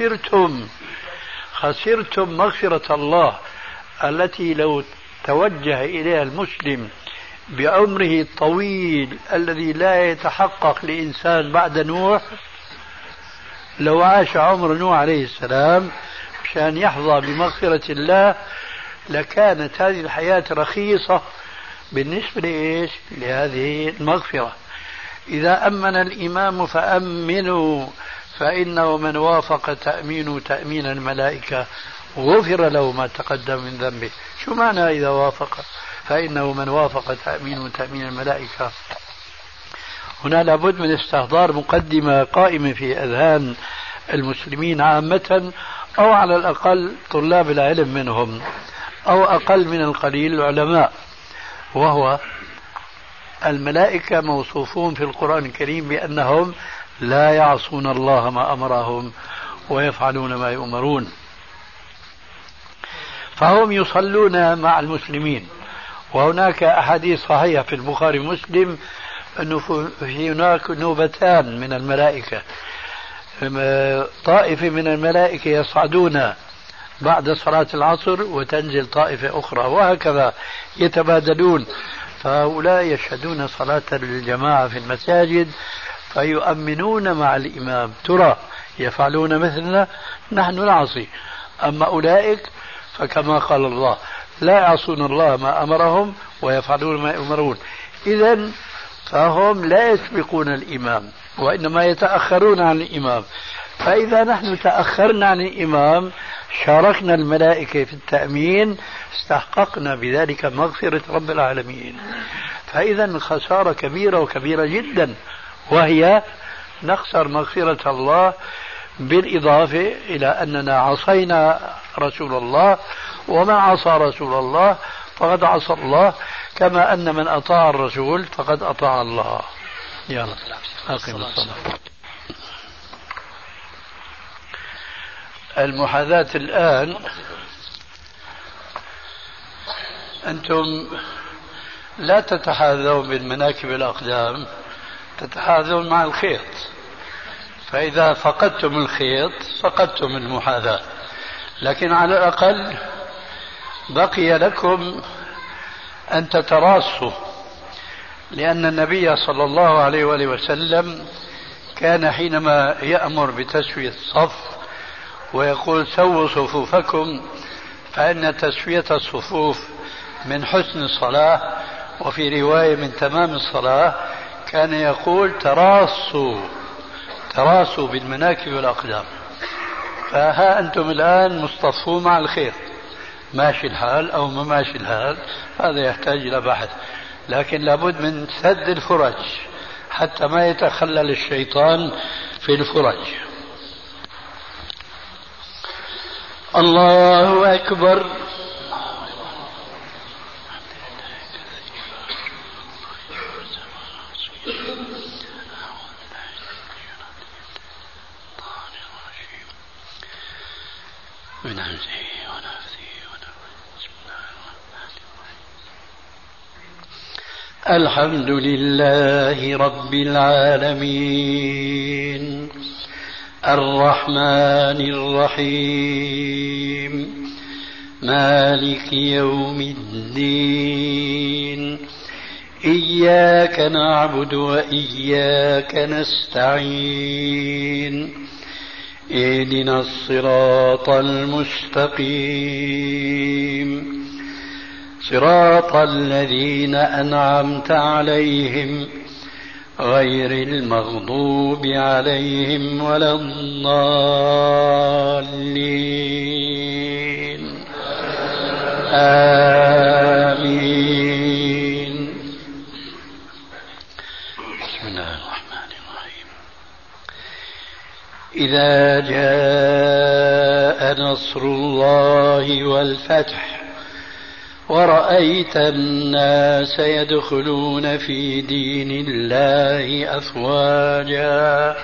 [SPEAKER 3] خسرتم مغفرة الله التي لو توجه إليها المسلم بعمره الطويل الذي لا يتحقق لإنسان بعد نوح، لو عاش عمر نوح عليه السلام مشان يحظى بمغفرة الله لكانت هذه الحياة رخيصة بالنسبة لإيش؟ لهذه المغفرة. إذا أمن الإمام فأمنوا فإنه من وافق تأمين تأمين الملائكة غفر له ما تقدم من ذنبه. شو معنى إذا وافق؟ فإنه من وافق تأمين تأمين الملائكة. هنا لابد من استحضار مقدمة قائمة في أذهان المسلمين عامة، أو على الأقل طلاب العلم منهم، أو أقل من القليل العلماء، وهو الملائكة موصوفون في القرآن الكريم بأنهم لا يعصون الله ما أمرهم ويفعلون ما يؤمرون. فهم يصلون مع المسلمين. وهناك أحاديث صحيحة في البخاري ومسلم أنه في هناك نوبتان من الملائكة، طائفة من الملائكة يصعدون بعد صلاة العصر وتنزل طائفة أخرى، وهكذا يتبادلون. فهؤلاء يشهدون صلاة الجماعة في المساجد فيؤمنون مع الإمام. ترى يفعلون مثلنا؟ نحن نعصي. أما أولئك فكما قال الله لا يعصون الله ما أمرهم ويفعلون ما يؤمرون. إذن فهم لا يسبقون الإمام وإنما يتأخرون عن الإمام. فإذا نحن تأخرنا عن الإمام شاركنا الملائكة في التأمين، استحققنا بذلك مغفرة رب العالمين. فإذا خسارة كبيرة وكبيرة جدا، وهي نخسر مغفرة الله، بالإضافة إلى أننا عصينا رسول الله، ومن عصى رسول الله فقد عصى الله، كما أن من أطاع الرسول فقد أطاع الله. يلا أقم الصلاة. المحاذاة الآن، أنتم لا تتحاذون بالمناكب الأقدام، تتحاذون مع الخيط. فإذا فقدتم الخيط فقدتم المحاذاة، لكن على الأقل بقي لكم أن تتراصوا، لأن النبي صلى الله عليه وآله وسلم كان حينما يأمر بتسوية الصف ويقول سووا صفوفكم فإن تسوية الصفوف من حسن الصلاة، وفي رواية من تمام الصلاة، كان يقول تراصوا بالمناكب والأقدام. فها أنتم الآن مصطفون مع الخير، ماشي الحال أو ما ماشي الحال، هذا يحتاج إلى بحث، لكن لابد من سد الفرج حتى ما يتخلل الشيطان في الفرج. الله أكبر. الحمد لله رب العالمين الرحمن الرحيم مالك يوم الدين إياك نعبد وإياك نستعين اهدنا الصراط المستقيم صراط الذين أنعمت عليهم غير المغضوب عليهم ولا الضالين آمين. بسم الله الرحمن الرحيم. إذا جاء نصر الله والفتح ورأيت الناس يدخلون في دين الله أفواجا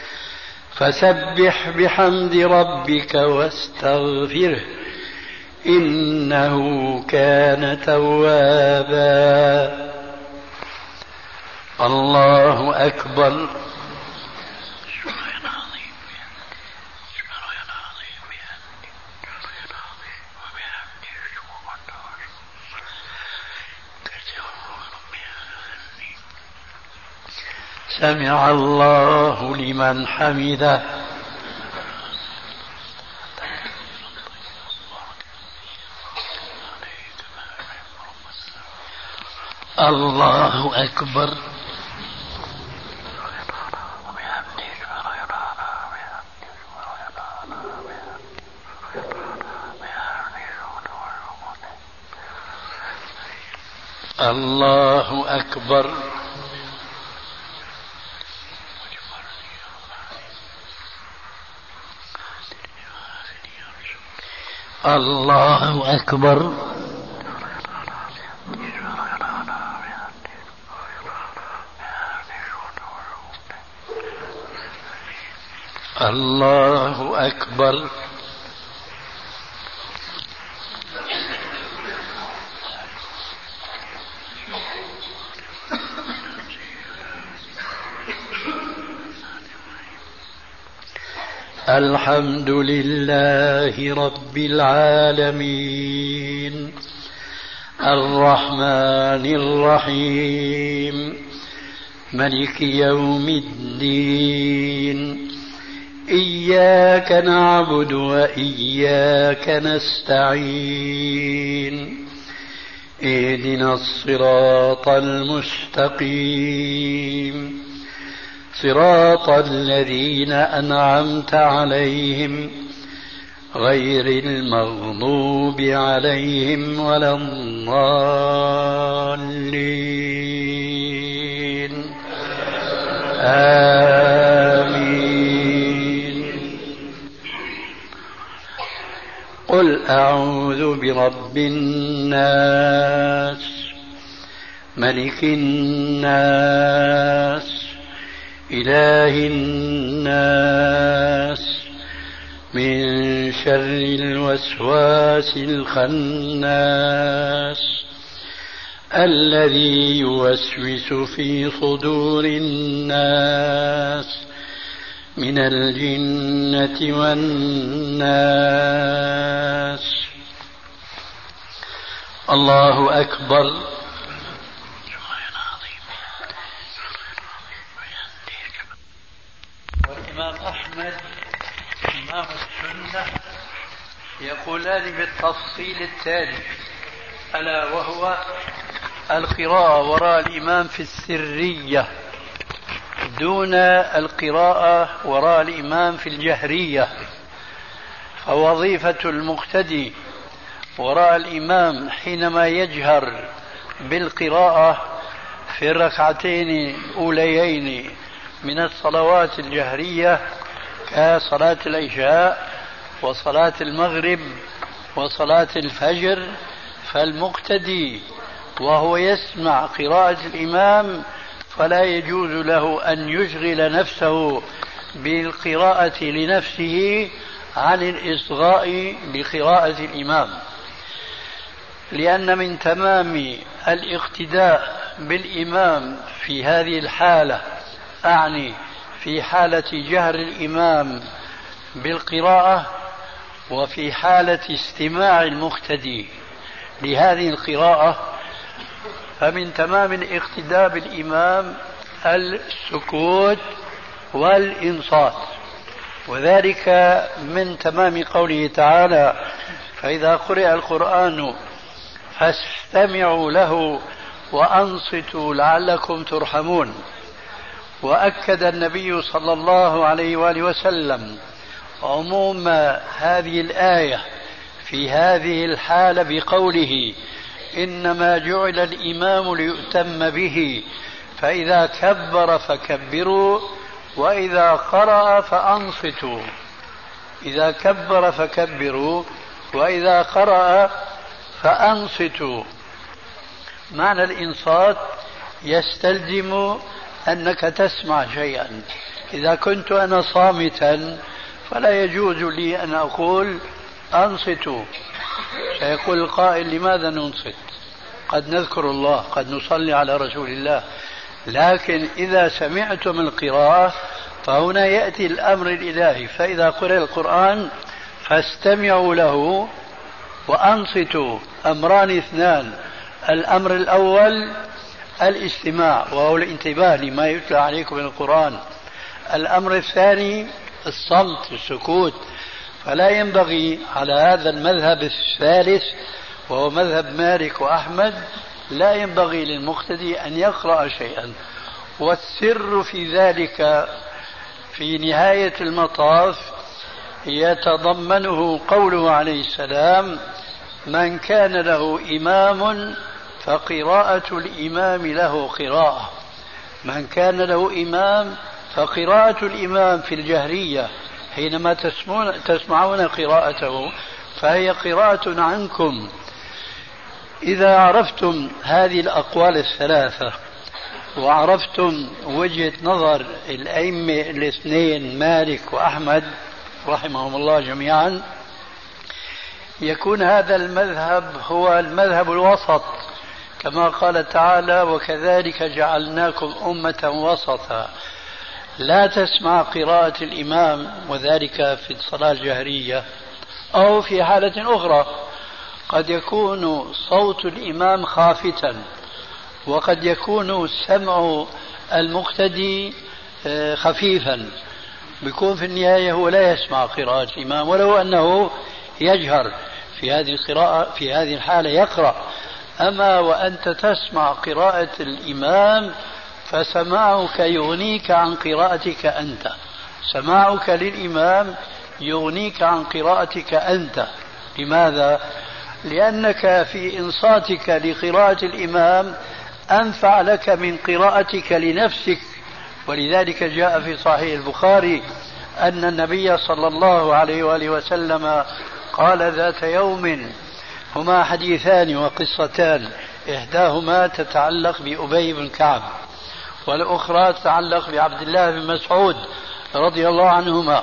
[SPEAKER 3] فسبح بحمد ربك واستغفره إنه كان توابا. الله أكبر. سمع الله لمن حمده. الله أكبر. الله أكبر. الله أكبر. الله أكبر. الحمد لله رب العالمين الرحمن الرحيم ملك يوم الدين إياك نعبد وإياك نستعين اهدنا الصراط المستقيم صراط الذين أنعمت عليهم غير المغضوب عليهم ولا الضالين آمين. قل أعوذ برب الناس ملك الناس إله الناس من شر الوسواس الخناس الذي يوسوس في صدور الناس من الجنة والناس. الله أكبر. والإمام أحمد إمام السنة يقولان بالتفصيل التالي ألا وهو القراءة وراء الإمام في السرية دون القراءة وراء الإمام في الجهرية. فوظيفة المقتدي وراء الإمام حينما يجهر بالقراءة في الركعتين الأوليين من الصلوات الجهرية كصلاة العشاء وصلاة المغرب وصلاة الفجر، فالمقتدي وهو يسمع قراءة الإمام فلا يجوز له أن يشغل نفسه بالقراءة لنفسه عن الإصغاء بقراءة الإمام، لأن من تمام الاقتداء بالإمام في هذه الحالة، أعني في حالة جهر الإمام بالقراءة وفي حالة استماع المقتدي لهذه القراءة، فمن تمام الاقتداء بالإمام السكوت والإنصات، وذلك من تمام قوله تعالى فإذا قرئ القرآن فاستمعوا له وأنصتوا لعلكم ترحمون. وأكد النبي صلى الله عليه وآله وسلم عموم هذه الآية في هذه الحالة بقوله إنما جعل الإمام ليؤتم به فإذا كبر فكبروا وإذا قرأ فأنصتوا. إذا كبر فكبروا وإذا قرأ فأنصتوا. معنى الإنصات يستلزم أنك تسمع شيئا. إذا كنت أنا صامتا فلا يجوز لي أن أقول أنصتوا. سيقول القائل لماذا ننصت؟ قد نذكر الله، قد نصلي على رسول الله. لكن إذا سمعتم القراءة فهنا يأتي الأمر الإلهي فإذا قرأ القرآن فاستمعوا له وأنصتوا. أمران اثنان: الأمر الأول الاستماع وهو الانتباه لما يتلى عليكم من القرآن. الأمر الثاني الصمت السكوت. فلا ينبغي على هذا المذهب الثالث وهو مذهب مالك وأحمد، لا ينبغي للمقتدي أن يقرأ شيئا. والسر في ذلك في نهاية المطاف يتضمنه قوله عليه السلام: من كان له إمام فقراءة الإمام له قراءة. من كان له إمام فقراءة الإمام في الجهرية حينما تسمعون قراءته فهي قراءة عنكم. إذا عرفتم هذه الأقوال الثلاثة وعرفتم وجهة نظر الأئمة الاثنين مالك وأحمد رحمهم الله جميعا، يكون هذا المذهب هو المذهب الوسط، كما قال تعالى: وكذلك جعلناكم أمة وسطا لا تسمع قراءة الإمام، وذلك في الصلاة الجهرية. أو في حالة أخرى قد يكون صوت الإمام خافتا، وقد يكون سمع المقتدي خفيفا، بيكون في النهاية هو لا يسمع قراءة الإمام ولو أنه يجهر في هذه القراءة، في هذه الحالة يقرأ. أما وأنت تسمع قراءة الإمام فسماعك يغنيك عن قراءتك أنت، سماعك للإمام يغنيك عن قراءتك أنت. لماذا؟ لأنك في إنصاتك لقراءة الإمام أنفع لك من قراءتك لنفسك. ولذلك جاء في صحيح البخاري أن النبي صلى الله عليه وآله وسلم قال ذات يوم: هما حديثان وقصتان، إحداهما تتعلق بأبي بن كعب والأخرى تتعلق بعبد الله بن مسعود رضي الله عنهما.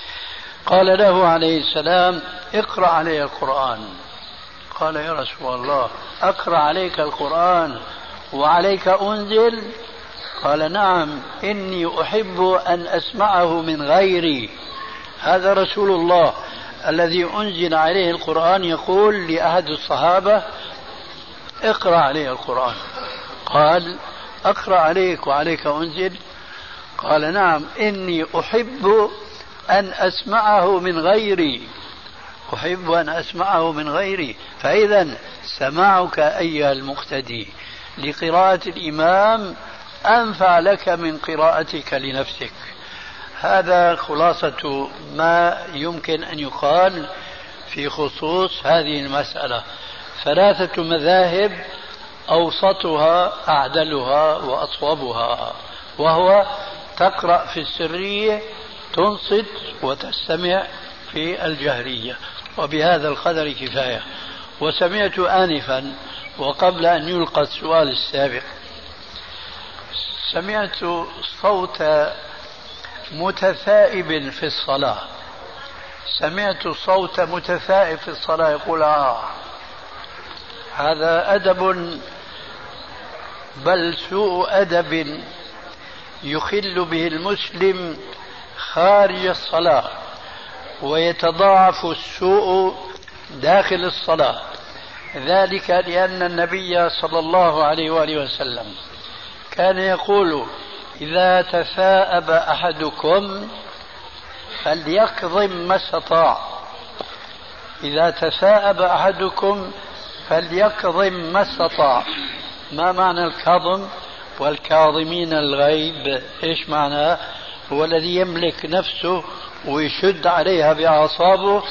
[SPEAKER 3] قال له عليه السلام: اقرأ علي القرآن. قال: يا رسول الله، أقرأ عليك القرآن وعليك أنزل؟ قال: نعم، إني أحب أن أسمعه من غيري. هذا رسول الله الذي أنزل عليه القرآن يقول لأحد الصحابة: اقرأ عليه القرآن. قال: أقرأ عليك وعليك أنزل؟ قال: نعم، إني أحب أن أسمعه من غيري، أحب أن أسمعه من غيري. فإذا سماعك أيها المقتدي لقراءة الإمام أنفع لك من قراءتك لنفسك. هذا خلاصة ما يمكن أن يقال في خصوص هذه المسألة. 3 مذاهب أوسطها أعدلها وأصوبها، وهو تقرأ في السرية، تنصت وتستمع في الجهرية. وبهذا القدر كفاية. وسمعت آنفا وقبل أن يلقى السؤال السابق، سمعت صوت متثائب في الصلاة، سمعت صوت متثائب في الصلاة يقول: هذا أدب، بل سوء أدب يخل به المسلم خارج الصلاة، ويتضاعف السوء داخل الصلاة. ذلك لأن النبي صلى الله عليه وآله وسلم كان يقول: إذا تثاءب أحدكم فليكظم ما استطاع. إذا تثاءب أحدكم فليكظم ما استطاع. ما معنى الكظم؟ والكاظمين الغيظ إيش معناه؟ هو الذي يملك نفسه ويشد عليها بأعصابه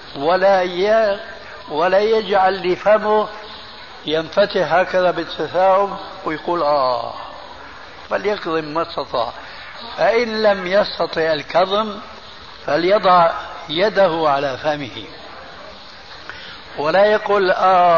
[SPEAKER 3] ولا يجعل لفمه ينفتح هكذا بالتثاؤب ويقول فليكظم ما استطاع. فإن لم يستطع الكظم فليضع يده على فمه ولا يقول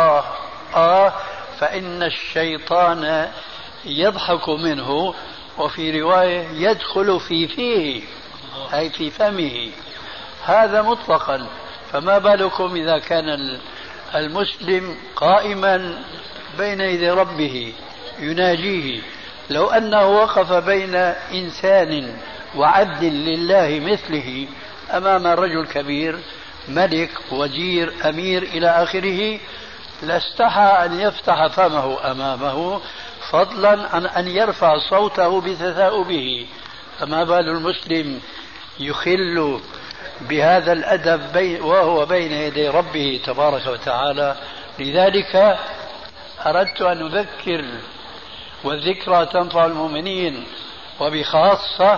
[SPEAKER 3] فإن الشيطان يضحك منه، وفي رواية يدخل في فيه أي في فمه. هذا مطلقا. فما بالكم إذا كان المسلم قائما بين يدي ربه يناجيه؟ لو أنه وقف بين إنسان وعبد لله مثله أمام رجل كبير، ملك، وزير، أمير إلى آخره، لاستحى أن يفتح فمه أمامه، فضلا عن أن يرفع صوته بتثاؤبه. فما بال المسلم يخل بهذا الأدب وهو بين يدي ربه تبارك وتعالى؟ لذلك أردت أن أذكر، والذكرى تنفع المؤمنين، وبخاصة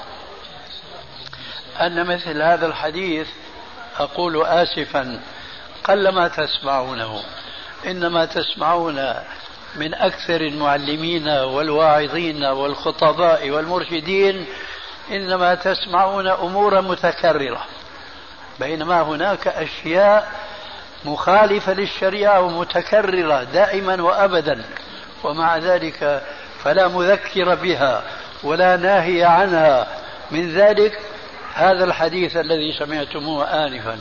[SPEAKER 3] أن مثل هذا الحديث أقول آسفا قلما تسمعونه، إنما تسمعون من أكثر المعلمين والواعظين والخطباء والمرشدين، إنما تسمعون أمورا متكررة، بينما هناك أشياء مخالفة للشريعة ومتكررة دائما وأبدا. ومع ذلك فلا مذكر بها ولا ناهي عنها من ذلك هذا الحديث الذي سمعتموه آنفا.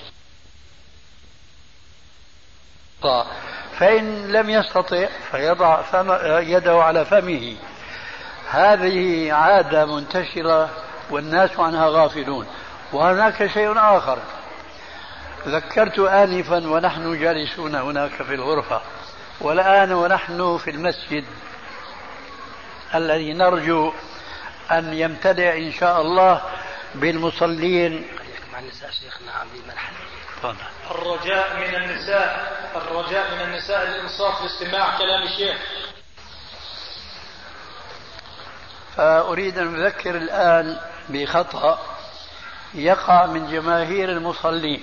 [SPEAKER 3] فإن لم يستطع فيضع يده على فمه. هذه عادة منتشرة والناس عنها غافلون. وهناك شيء آخر ذكرت آنفا ونحن جالسون هناك في الغرفة، والآن ونحن في المسجد الذي نرجو أن يمتلئ إن شاء الله بالمصلين.
[SPEAKER 2] الرجاء من النساء الإنصات لاستماع كلام الشيخ.
[SPEAKER 3] فأريد أن أذكر الآن بخطأ يقع من جماهير المصلين،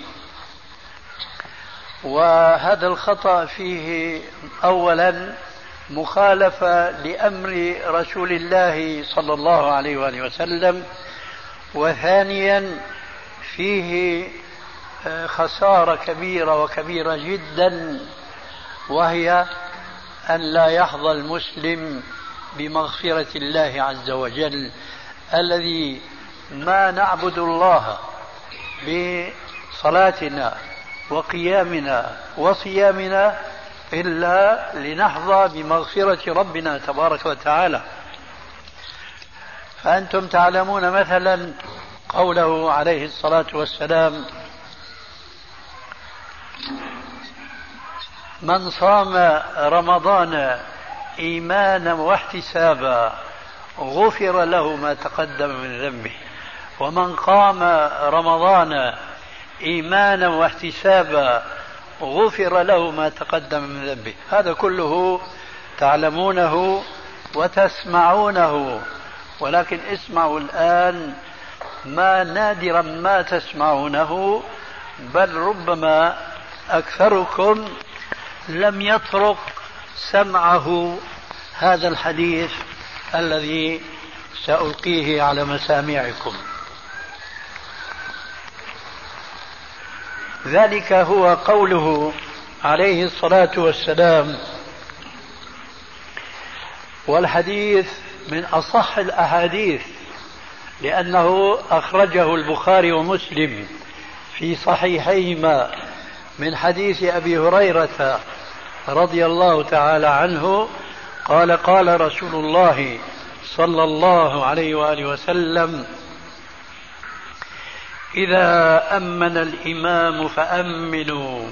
[SPEAKER 3] وهذا الخطأ فيه أولا مخالفة لأمر رسول الله صلى الله عليه وآله وسلم، وثانيا فيه خسارة كبيرة وكبيرة جدا، وهي أن لا يحظى المسلم بمغفرة الله عز وجل الذي ما نعبد الله بصلاتنا وقيامنا وصيامنا إلا لنحظى بمغفرة ربنا تبارك وتعالى. فأنتم تعلمون مثلا قوله عليه الصلاة والسلام: من صام رمضان إيمانا واحتسابا غفر له ما تقدم من ذنبه، ومن قام رمضان إيمانا واحتسابا غفر له ما تقدم من ذنبه. هذا كله تعلمونه وتسمعونه، ولكن اسمعوا الآن ما نادرا ما تسمعونه، بل ربما أكثركم لم يطرق سمعه هذا الحديث الذي سألقيه على مسامعكم. ذلك هو قوله عليه الصلاة والسلام، والحديث من أصح الأحاديث لأنه أخرجه البخاري ومسلم في صحيحيهما من حديث أبي هريرة رضي الله تعالى عنه قال: قال رسول الله صلى الله عليه وآله وسلم: إذا أمن الإمام فأمنوا،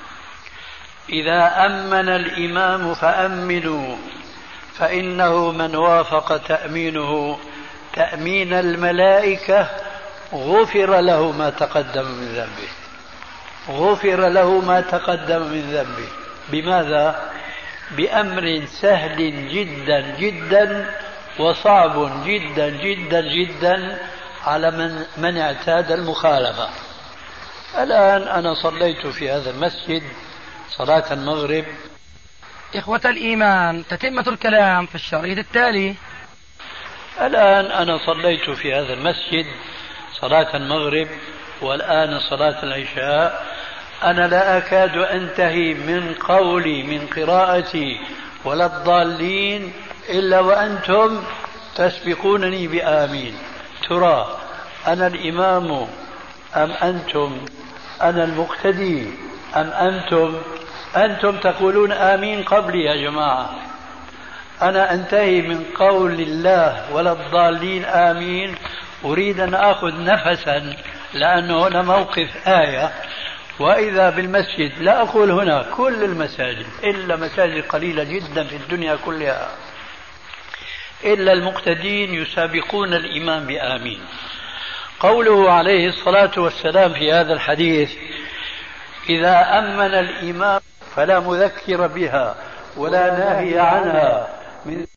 [SPEAKER 3] إذا أمن الإمام فأمنوا، فإنه من وافق تأمينه تأمين الملائكة غفر له ما تقدم من ذنبه، غفر له ما تقدم من ذنبه. بماذا؟ بأمر سهل جدا جدا وصعب جدا جدا جدا على من اعتاد المخالفة. الآن أنا صليت في هذا المسجد صلاة المغرب.
[SPEAKER 1] إخوة الإيمان، تتمة الكلام في الشريط التالي.
[SPEAKER 3] الآن أنا صليت في هذا المسجد صلاة المغرب، والآن صلاة العشاء. أنا لا أكاد أنتهي من قولي من قراءتي ولا الضالين إلا وأنتم تسبقونني بآمين. ترى أنا الإمام أم أنتم؟ أنا المقتدي أم أنتم؟ أنتم تقولون آمين قبلي يا جماعة. أنا أنتهي من قول الله ولا الضالين آمين، أريد أن أخذ نفسا لأنه هنا موقف آية، وإذا بالمسجد، لا أقول هنا كل المساجد إلا مساجد قليلة جدا في الدنيا كلها، إلا المقتدين يسابقون الإمام بآمين. قوله عليه الصلاة والسلام في هذا الحديث: إذا أمن الإمام فلا مذكر بها ولا ناهي عنها من